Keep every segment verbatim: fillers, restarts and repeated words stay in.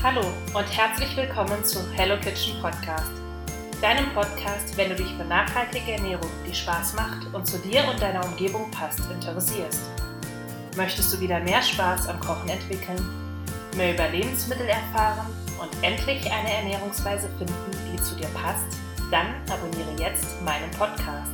Hallo und herzlich willkommen zu Hello Kitchen Podcast, deinem Podcast, wenn du dich für nachhaltige Ernährung, die Spaß macht und zu dir und deiner Umgebung passt, interessierst. Möchtest du wieder mehr Spaß am Kochen entwickeln, mehr über Lebensmittel erfahren und endlich eine Ernährungsweise finden, die zu dir passt? Dann abonniere jetzt meinen Podcast.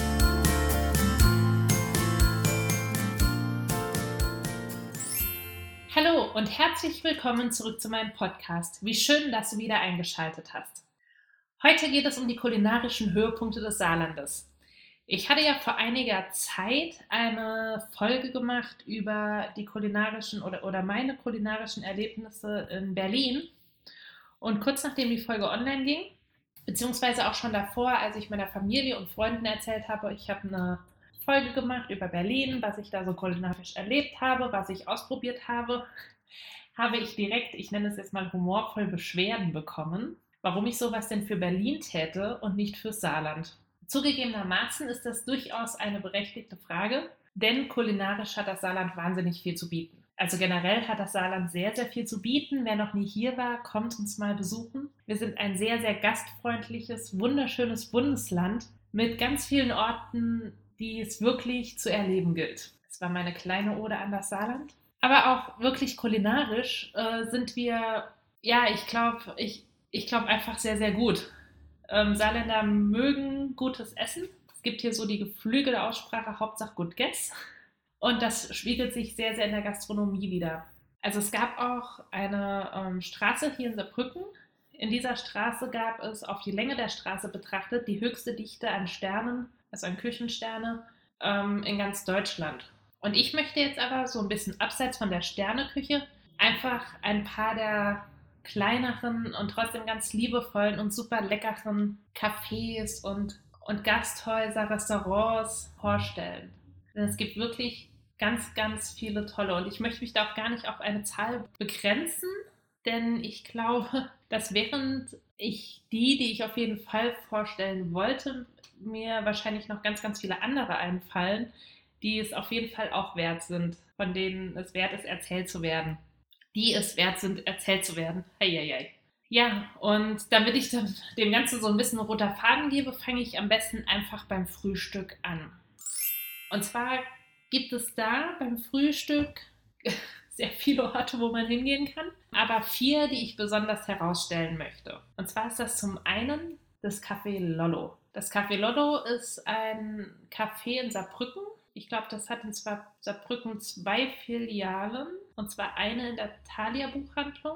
Hallo und herzlich willkommen zurück zu meinem Podcast. Wie schön, dass du wieder eingeschaltet hast. Heute geht es um die kulinarischen Höhepunkte des Saarlandes. Ich hatte ja vor einiger Zeit eine Folge gemacht über die kulinarischen oder, oder meine kulinarischen Erlebnisse in Berlin. Und kurz nachdem die Folge online ging, beziehungsweise auch schon davor, als ich meiner Familie und Freunden erzählt habe, ich habe eine Folge gemacht über Berlin, was ich da so kulinarisch erlebt habe, was ich ausprobiert habe, habe ich direkt, ich nenne es jetzt mal humorvoll, Beschwerden bekommen, warum ich sowas denn für Berlin täte und nicht für Saarland. Zugegebenermaßen ist das durchaus eine berechtigte Frage, denn kulinarisch hat das Saarland wahnsinnig viel zu bieten. Also generell hat das Saarland sehr, sehr viel zu bieten. Wer noch nie hier war, kommt uns mal besuchen. Wir sind ein sehr, sehr gastfreundliches, wunderschönes Bundesland mit ganz vielen Orten, die es wirklich zu erleben gilt. Das war meine kleine Ode an das Saarland. Aber auch wirklich kulinarisch äh, sind wir, ja, ich glaube, ich, ich glaube einfach sehr, sehr gut. Ähm, Saarländer mögen gutes Essen. Es gibt hier so die geflügelte Aussprache, Hauptsache gut gess. Und das spiegelt sich sehr, sehr in der Gastronomie wider. Also es gab auch eine ähm, Straße hier in Saarbrücken. In dieser Straße gab es auf die Länge der Straße betrachtet die höchste Dichte an Sternen, also an Küchensterne, ähm, in ganz Deutschland. Und ich möchte jetzt aber so ein bisschen abseits von der Sterneküche einfach ein paar der kleineren und trotzdem ganz liebevollen und super leckeren Cafés und, und Gasthäuser, Restaurants vorstellen. Denn es gibt wirklich ganz, ganz viele tolle. Und ich möchte mich da auch gar nicht auf eine Zahl begrenzen, denn ich glaube, dass während ich die, die ich auf jeden Fall vorstellen wollte, mir wahrscheinlich noch ganz, ganz viele andere einfallen, die es auf jeden Fall auch wert sind, von denen es wert ist, erzählt zu werden. Die es wert sind, erzählt zu werden. Heieiei. Ja, und damit ich dem Ganzen so ein bisschen roter Faden gebe, fange ich am besten einfach beim Frühstück an. Und zwar gibt es da beim Frühstück sehr viele Orte, wo man hingehen kann, aber vier, die ich besonders herausstellen möchte. Und zwar ist das zum einen das Café Lollo. Das Café Lollo ist ein Café in Saarbrücken. Ich glaube, das hat in Saarbrücken zwei Filialen. Und zwar eine in der Thalia Buchhandlung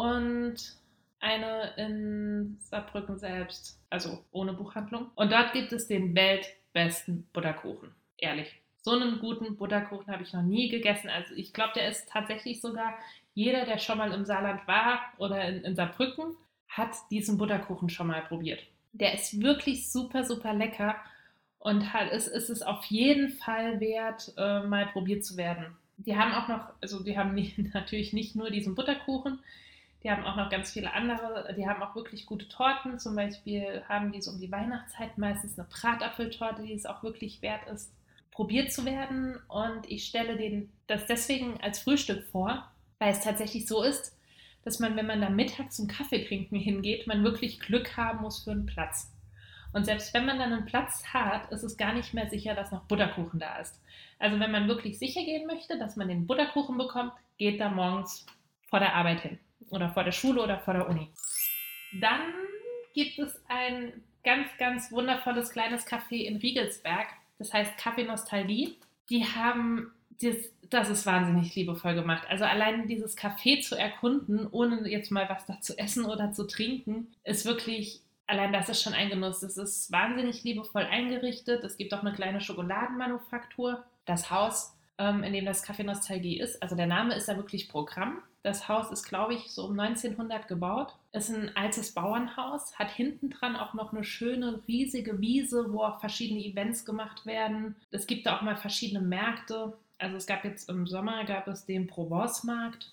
und eine in Saarbrücken selbst, also ohne Buchhandlung. Und dort gibt es den weltbesten Butterkuchen. Ehrlich. So einen guten Butterkuchen habe ich noch nie gegessen. Also ich glaube, der ist tatsächlich sogar, jeder, der schon mal im Saarland war oder in, in Saarbrücken, hat diesen Butterkuchen schon mal probiert. Der ist wirklich super, super lecker und halt, es, es ist auf jeden Fall wert, äh, mal probiert zu werden. Die haben auch noch, also die haben nicht, natürlich nicht nur diesen Butterkuchen, die haben auch noch ganz viele andere, die haben auch wirklich gute Torten. Zum Beispiel haben die so um die Weihnachtszeit meistens eine Bratapfeltorte, die es auch wirklich wert ist, probiert zu werden. Und ich stelle den, das deswegen als Frühstück vor, weil es tatsächlich so ist, dass man, wenn man da mittags zum Kaffee trinken hingeht, man wirklich Glück haben muss für einen Platz. Und selbst wenn man dann einen Platz hat, ist es gar nicht mehr sicher, dass noch Butterkuchen da ist. Also wenn man wirklich sicher gehen möchte, dass man den Butterkuchen bekommt, geht da morgens vor der Arbeit hin. Oder vor der Schule oder vor der Uni. Dann gibt es ein ganz, ganz wundervolles kleines Café in Riegelsberg. Das heißt Café Nostalgie. Die haben, das, das ist wahnsinnig liebevoll gemacht. Also allein dieses Café zu erkunden, ohne jetzt mal was da zu essen oder zu trinken, ist wirklich, allein das ist schon ein Genuss. Es ist wahnsinnig liebevoll eingerichtet. Es gibt auch eine kleine Schokoladenmanufaktur. Das Haus, ähm, in dem das Café Nostalgie ist, also der Name ist ja wirklich Programm. Das Haus ist, glaube ich, so um neunzehnhundert gebaut. Ist ein altes Bauernhaus, hat hinten dran auch noch eine schöne, riesige Wiese, wo auch verschiedene Events gemacht werden. Es gibt da auch mal verschiedene Märkte. Also es gab jetzt im Sommer, gab es den Provence-Markt.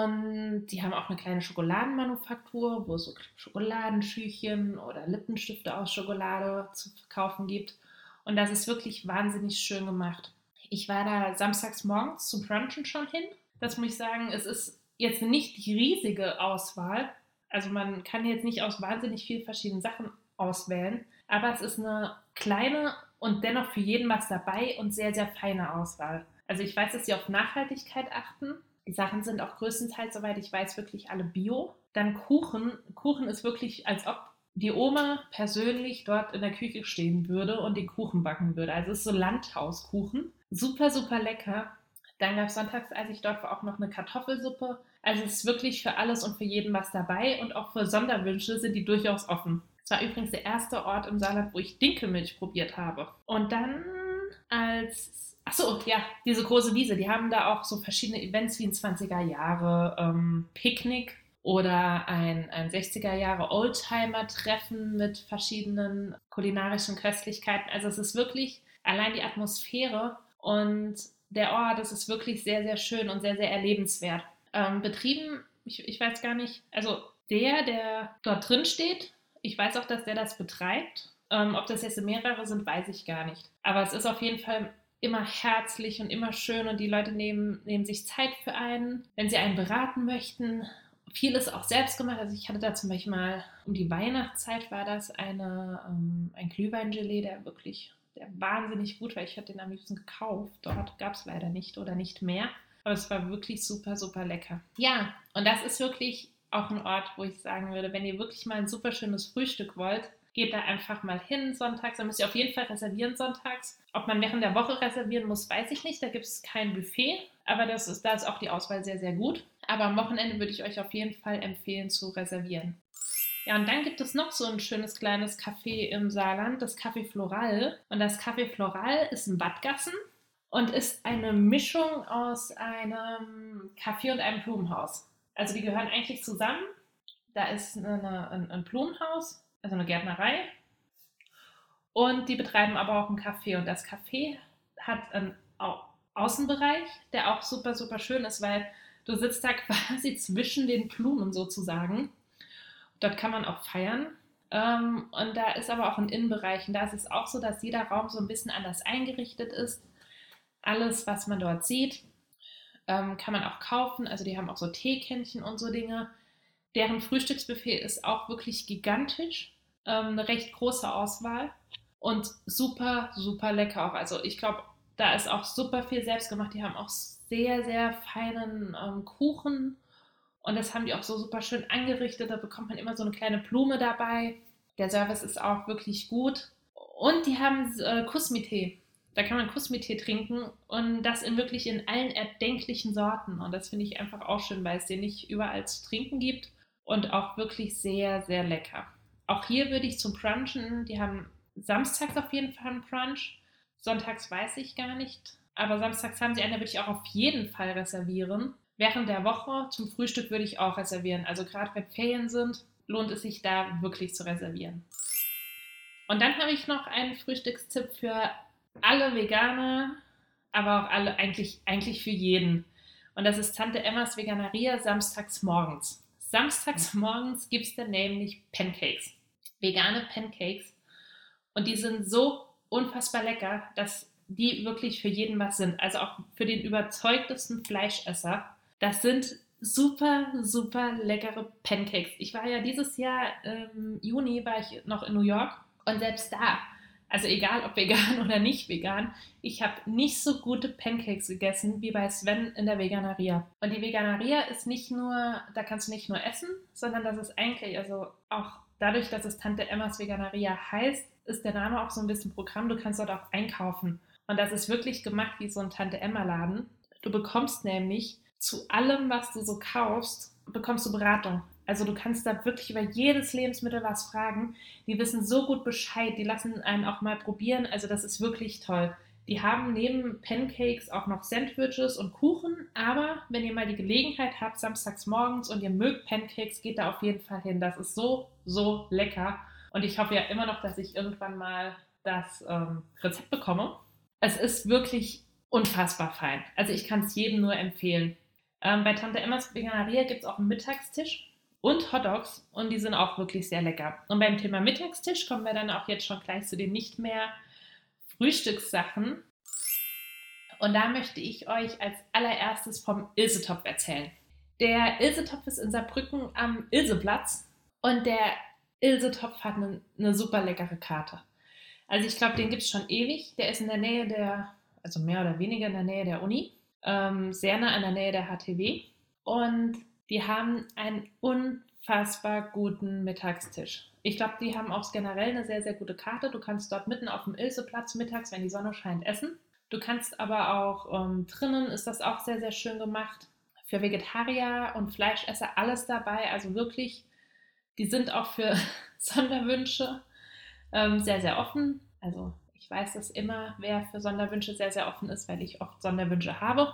Und die haben auch eine kleine Schokoladenmanufaktur, wo es so Schokoladenschüchchen oder Lippenstifte aus Schokolade zu kaufen gibt. Und das ist wirklich wahnsinnig schön gemacht. Ich war da samstags morgens zum Brunchen schon hin. Das muss ich sagen, es ist jetzt nicht die riesige Auswahl. Also man kann jetzt nicht aus wahnsinnig vielen verschiedenen Sachen auswählen, aber es ist eine kleine und dennoch für jeden was dabei und sehr, sehr feine Auswahl. Also ich weiß, dass sie auf Nachhaltigkeit achten. Die Sachen sind auch größtenteils, soweit ich weiß, wirklich alle bio. Dann Kuchen. Kuchen ist wirklich, als ob die Oma persönlich dort in der Küche stehen würde und den Kuchen backen würde. Also es ist so Landhauskuchen. Super, super lecker. Dann gab es sonntags, als ich dort war, auch noch eine Kartoffelsuppe. Also es ist wirklich für alles und für jeden was dabei und auch für Sonderwünsche sind die durchaus offen. Es war übrigens der erste Ort im Saarland, wo ich Dinkelmilch probiert habe. Und dann als, achso, ja, diese große Wiese, die haben da auch so verschiedene Events wie ein zwanziger Jahre ähm, Picknick oder ein, ein sechziger Jahre Oldtimer-Treffen mit verschiedenen kulinarischen Köstlichkeiten. Also es ist wirklich allein die Atmosphäre und der Ort, das ist wirklich sehr, sehr schön und sehr, sehr erlebenswert. Ähm, betrieben, ich, ich weiß gar nicht, also der, der dort drin steht, ich weiß auch, dass der das betreibt. Ähm, ob das jetzt mehrere sind, weiß ich gar nicht. Aber es ist auf jeden Fall immer herzlich und immer schön und die Leute nehmen, nehmen sich Zeit für einen, wenn sie einen beraten möchten. Viel ist auch selbst gemacht. Also ich hatte da zum Beispiel mal um die Weihnachtszeit war das eine, ähm, ein Glühweingelee, der wirklich der wahnsinnig gut war. Ich hatte den am liebsten gekauft. Dort gab es leider nicht oder nicht mehr. Aber es war wirklich super, super lecker. Ja, und das ist wirklich auch ein Ort, wo ich sagen würde, wenn ihr wirklich mal ein super schönes Frühstück wollt, geht da einfach mal hin sonntags. Dann müsst ihr auf jeden Fall reservieren sonntags. Ob man während der Woche reservieren muss, weiß ich nicht. Da gibt es kein Buffet, aber das ist, da ist auch die Auswahl sehr, sehr gut. Aber am Wochenende würde ich euch auf jeden Fall empfehlen zu reservieren. Ja, und dann gibt es noch so ein schönes kleines Café im Saarland, das Café Floral. Und das Café Floral ist in Badgassen und ist eine Mischung aus einem Café und einem Blumenhaus. Also die gehören eigentlich zusammen. Da ist eine, ein, ein Blumenhaus, also eine Gärtnerei. Und die betreiben aber auch ein Café. Und das Café hat einen Au- Außenbereich, der auch super, super schön ist, weil du sitzt da quasi zwischen den Blumen sozusagen. Dort kann man auch feiern. Ähm, und da ist aber auch ein Innenbereich. Und da ist es auch so, dass jeder Raum so ein bisschen anders eingerichtet ist. Alles, was man dort sieht, ähm, kann man auch kaufen. Also die haben auch so Teekännchen und so Dinge. Deren Frühstücksbuffet ist auch wirklich gigantisch. Ähm, eine recht große Auswahl. Und super, super lecker auch. Also ich glaube, da ist auch super viel selbst gemacht. Die haben auch sehr, sehr feinen ähm, Kuchen. Und das haben die auch so super schön angerichtet. Da bekommt man immer so eine kleine Blume dabei. Der Service ist auch wirklich gut. Und die haben äh, Kusmi-Tee. Da kann man Kusmi-Tee trinken und das in wirklich in allen erdenklichen Sorten. Und das finde ich einfach auch schön, weil es den nicht überall zu trinken gibt und auch wirklich sehr, sehr lecker. Auch hier würde ich zum Brunchen, die haben samstags auf jeden Fall einen Brunch. Sonntags weiß ich gar nicht. Aber samstags haben sie einen, da würde ich auch auf jeden Fall reservieren. Während der Woche zum Frühstück würde ich auch reservieren. Also gerade wenn Ferien sind, lohnt es sich da wirklich zu reservieren. Und dann habe ich noch einen Frühstückstipp für alle Veganer, aber auch alle eigentlich, eigentlich für jeden. Und das ist Tante Emmas Veganeria samstags morgens. Samstags morgens gibt es dann nämlich Pancakes. Vegane Pancakes. Und die sind so unfassbar lecker, dass die wirklich für jeden was sind. Also auch für den überzeugtesten Fleischesser. Das sind super, super leckere Pancakes. Ich war ja dieses Jahr im Juni war ich noch in New York und selbst da, also egal ob vegan oder nicht vegan, ich habe nicht so gute Pancakes gegessen wie bei Sven in der Veganeria. Und die Veganeria ist nicht nur, da kannst du nicht nur essen, sondern das ist eigentlich, also auch dadurch, dass es Tante Emmas Veganeria heißt, ist der Name auch so ein bisschen Programm. Du kannst dort auch einkaufen. Und das ist wirklich gemacht wie so ein Tante Emma Laden. Du bekommst nämlich zu allem, was du so kaufst, bekommst du Beratung. Also du kannst da wirklich über jedes Lebensmittel was fragen. Die wissen so gut Bescheid, die lassen einen auch mal probieren. Also das ist wirklich toll. Die haben neben Pancakes auch noch Sandwiches und Kuchen. Aber wenn ihr mal die Gelegenheit habt, samstags morgens und ihr mögt Pancakes, geht da auf jeden Fall hin. Das ist so, so lecker. Und ich hoffe ja immer noch, dass ich irgendwann mal das ähm, Rezept bekomme. Es ist wirklich unfassbar fein. Also ich kann es jedem nur empfehlen. Ähm, bei Tante Emmas Veganeria gibt es auch einen Mittagstisch und Hotdogs und die sind auch wirklich sehr lecker. Und beim Thema Mittagstisch kommen wir dann auch jetzt schon gleich zu den nicht mehr Frühstückssachen. Und da möchte ich euch als allererstes vom Ilsetopf erzählen. Der Ilse-Topf ist in Saarbrücken am Ilseplatz und der Ilse-Topf hat eine, eine super leckere Karte. Also ich glaube, den gibt es schon ewig. Der ist in der Nähe der, also mehr oder weniger in der Nähe der Uni, ähm, sehr nah in der Nähe der H T W. Und die haben einen unfassbar guten Mittagstisch. Ich glaube, die haben auch generell eine sehr, sehr gute Karte. Du kannst dort mitten auf dem Ilseplatz mittags, wenn die Sonne scheint, essen. Du kannst aber auch ähm, drinnen, ist das auch sehr, sehr schön gemacht. Für Vegetarier und Fleischesser alles dabei. Also wirklich, die sind auch für Sonderwünsche ähm, sehr, sehr offen. Also ich weiß das immer, wer für Sonderwünsche sehr, sehr offen ist, weil ich oft Sonderwünsche habe.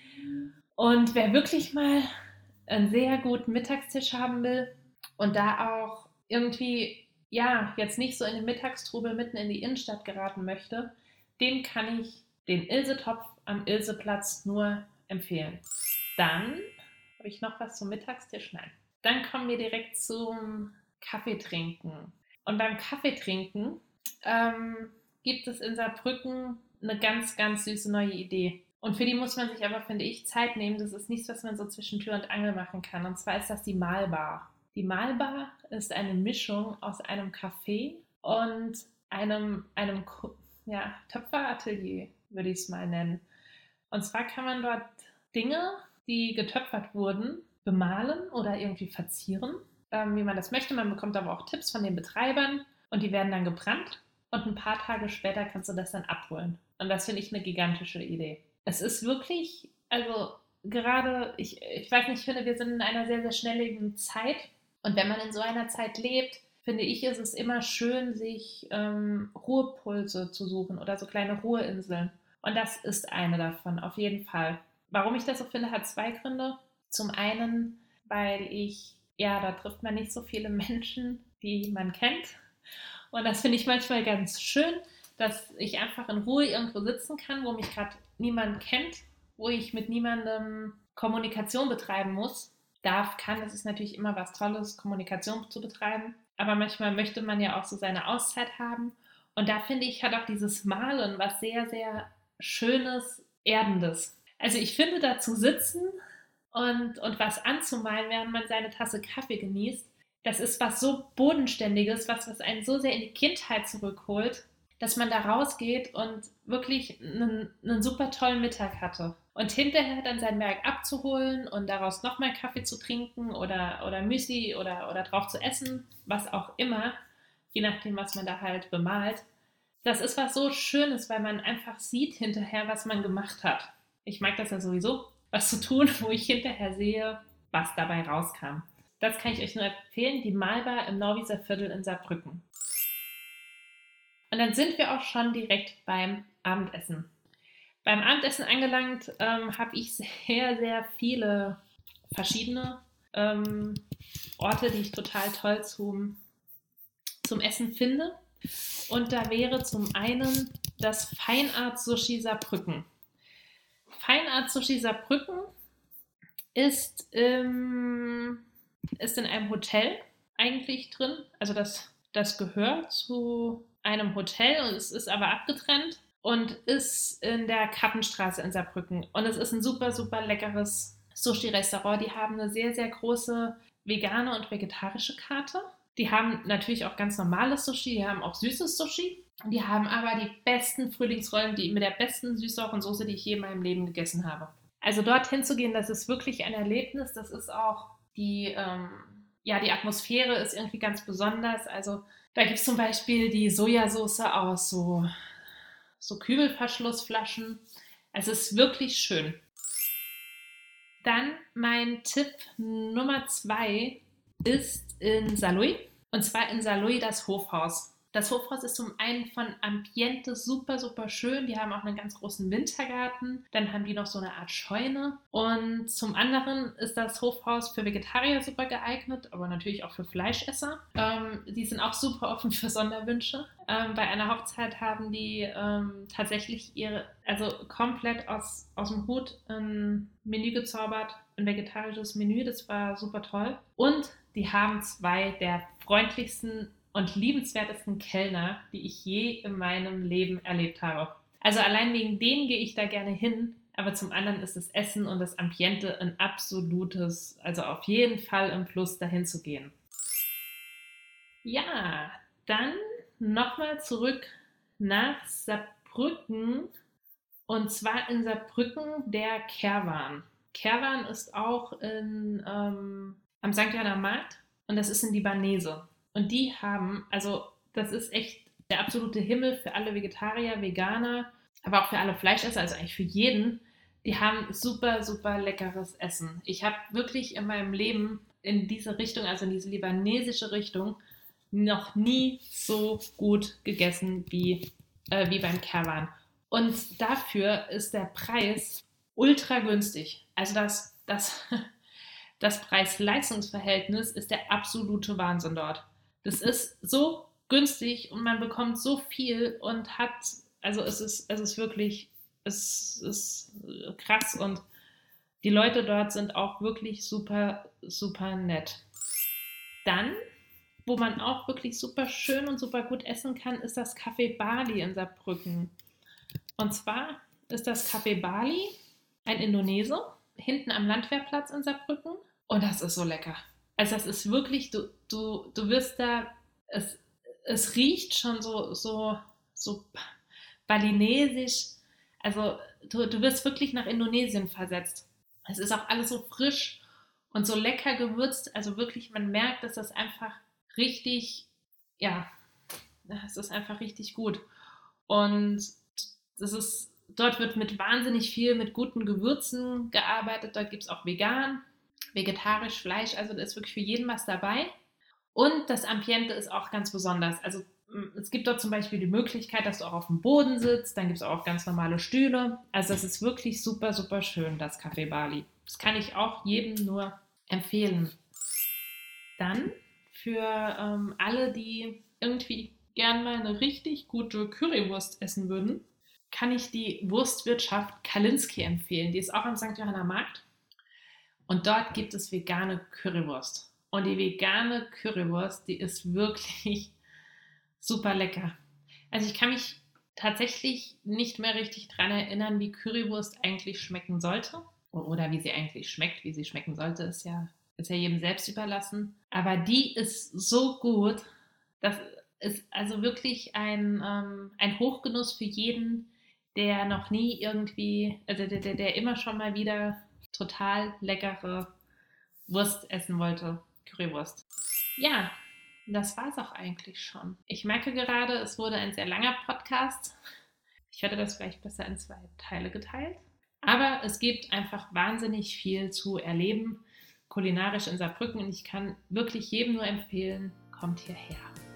Und wer wirklich mal einen sehr guten Mittagstisch haben will und da auch irgendwie, ja, jetzt nicht so in den Mittagstrubel mitten in die Innenstadt geraten möchte, dem kann ich den Ilse-Topf am Ilseplatz nur empfehlen. Dann habe ich noch was zum Mittagstisch. Nein. Dann kommen wir direkt zum Kaffeetrinken. Und beim Kaffeetrinken ähm, gibt es in Saarbrücken eine ganz, ganz süße neue Idee. Und für die muss man sich aber, finde ich, Zeit nehmen. Das ist nichts, was man so zwischen Tür und Angel machen kann. Und zwar ist das die Mahlbar. Die Mahlbar ist eine Mischung aus einem Café und einem, einem ja, Töpferatelier, würde ich es mal nennen. Und zwar kann man dort Dinge, die getöpfert wurden, bemalen oder irgendwie verzieren, ähm, wie man das möchte. Man bekommt aber auch Tipps von den Betreibern und die werden dann gebrannt und ein paar Tage später kannst du das dann abholen. Und das finde ich eine gigantische Idee. Es ist wirklich, also gerade, ich, ich weiß nicht, ich finde, wir sind in einer sehr, sehr schnelllebigen Zeit und wenn man in so einer Zeit lebt, finde ich, ist es immer schön, sich ähm, Ruhepulse zu suchen oder so kleine Ruheinseln. Und das ist eine davon, auf jeden Fall. Warum ich das so finde, hat zwei Gründe. Zum einen, weil ich, ja, da trifft man nicht so viele Menschen, die man kennt. Und das finde ich manchmal ganz schön, dass ich einfach in Ruhe irgendwo sitzen kann, wo mich gerade niemand kennt, wo ich mit niemandem Kommunikation betreiben muss. Darf, kann, das ist natürlich immer was Tolles, Kommunikation zu betreiben. Aber manchmal möchte man ja auch so seine Auszeit haben. Und da finde ich, hat auch dieses Malen was sehr, sehr Schönes, Erdendes. Also ich finde, da zu sitzen und, und was anzumalen, während man seine Tasse Kaffee genießt, das ist was so Bodenständiges, was, was einen so sehr in die Kindheit zurückholt, dass man da rausgeht und wirklich einen, einen super tollen Mittag hatte. Und hinterher dann sein Werk abzuholen und daraus nochmal Kaffee zu trinken oder, oder Müsli oder, oder drauf zu essen, was auch immer, je nachdem, was man da halt bemalt. Das ist was so Schönes, weil man einfach sieht hinterher, was man gemacht hat. Ich mag das ja sowieso, was zu tun, wo ich hinterher sehe, was dabei rauskam. Das kann ich euch nur empfehlen, die Mahlbar im Norwieser Viertel in Saarbrücken. Und dann sind wir auch schon direkt beim Abendessen. Beim Abendessen angelangt ähm, habe ich sehr, sehr viele verschiedene ähm, Orte, die ich total toll zum, zum Essen finde. Und da wäre zum einen das Feinart Sushi Saarbrücken. Feinart Sushi Saarbrücken ist, ähm, ist in einem Hotel eigentlich drin. Also das, das gehört zu einem Hotel und es ist aber abgetrennt und ist in der Kappenstraße in Saarbrücken. Und es ist ein super, super leckeres Sushi-Restaurant. Die haben eine sehr, sehr große vegane und vegetarische Karte. Die haben natürlich auch ganz normales Sushi, die haben auch süßes Sushi. Die haben aber die besten Frühlingsrollen, die mit der besten süß-sauren Soße, die ich je in meinem Leben gegessen habe. Also dorthin zu gehen, das ist wirklich ein Erlebnis. Das ist auch die, ähm, ja, die Atmosphäre ist irgendwie ganz besonders. Also da gibt es zum Beispiel die Sojasauce aus so, so Kübelverschlussflaschen. Also es ist wirklich schön. Dann mein Tipp Nummer zwei ist in Saarlouis. Und zwar in Saarlouis das Hofhaus. Das Hofhaus ist zum einen von Ambiente super, super schön. Die haben auch einen ganz großen Wintergarten. Dann haben die noch so eine Art Scheune. Und zum anderen ist das Hofhaus für Vegetarier super geeignet, aber natürlich auch für Fleischesser. Ähm, die sind auch super offen für Sonderwünsche. Ähm, bei einer Hochzeit haben die ähm, tatsächlich ihre, also komplett aus, aus dem Hut ein Menü gezaubert, ein vegetarisches Menü. Das war super toll. Und die haben zwei der freundlichsten und liebenswertesten Kellner, die ich je in meinem Leben erlebt habe. Also allein wegen denen gehe ich da gerne hin. aber zum anderen ist das Essen und das Ambiente ein absolutes, also auf jeden Fall im Plus, dahin zu gehen. Ja, dann nochmal zurück nach Saarbrücken, und zwar in Saarbrücken der Kerwan. Kerwan ist auch in, ähm, am Sankt Johanner Markt, und das ist ein Libanese. Und die haben, also das ist echt der absolute Himmel für alle Vegetarier, Veganer, aber auch für alle Fleischesser, also eigentlich für jeden. Die haben super, super leckeres Essen. Ich habe wirklich in meinem Leben in diese Richtung, also in diese libanesische Richtung, noch nie so gut gegessen wie, äh, wie beim Kerwan. Und dafür ist der Preis ultra günstig. Also das, das, das Preis-Leistungs-Verhältnis ist der absolute Wahnsinn dort. Das ist so günstig und man bekommt so viel und hat, also es ist, es ist wirklich, es ist krass, und die Leute dort sind auch wirklich super, super nett. Dann, wo man auch wirklich super schön und super gut essen kann, ist das Café Bali in Saarbrücken. Und zwar ist das Café Bali ein Indonese, hinten am Landwehrplatz in Saarbrücken. Und das ist so lecker. Also das ist wirklich, du, du, du wirst da, es, es riecht schon so, so, so balinesisch. Also du, du wirst wirklich nach Indonesien versetzt. Es ist auch alles so frisch und so lecker gewürzt. Also wirklich, man merkt, dass das einfach richtig, ja, es ist einfach richtig gut. Und das ist, dort wird mit wahnsinnig viel, mit guten Gewürzen gearbeitet. Dort gibt es auch vegan, vegetarisch, Fleisch. Also da ist wirklich für jeden was dabei. Und das Ambiente ist auch ganz besonders. Also es gibt dort zum Beispiel die Möglichkeit, dass du auch auf dem Boden sitzt. Dann gibt es auch ganz normale Stühle. Also das ist wirklich super, super schön, das Café Bali. Das kann ich auch jedem nur empfehlen. Dann für ähm, alle, die irgendwie gern mal eine richtig gute Currywurst essen würden, kann ich die Wurstwirtschaft Kalinski empfehlen. Die ist auch am Sankt Johanner Markt. Und dort gibt es vegane Currywurst. Und die vegane Currywurst, die ist wirklich super lecker. Also ich kann mich tatsächlich nicht mehr richtig daran erinnern, wie Currywurst eigentlich schmecken sollte. Oder wie sie eigentlich schmeckt. Wie sie schmecken sollte, ist ja, ist ja jedem selbst überlassen. Aber die ist so gut. Das ist also wirklich ein, ähm, ein Hochgenuss für jeden, der noch nie irgendwie, also der, der, der immer schon mal wieder total leckere Wurst essen wollte. Currywurst. Ja, das war es auch eigentlich schon. Ich merke gerade, es wurde ein sehr langer Podcast. Ich hätte das vielleicht besser in zwei Teile geteilt. Aber es gibt einfach wahnsinnig viel zu erleben, kulinarisch in Saarbrücken. Und ich kann wirklich jedem nur empfehlen, kommt hierher.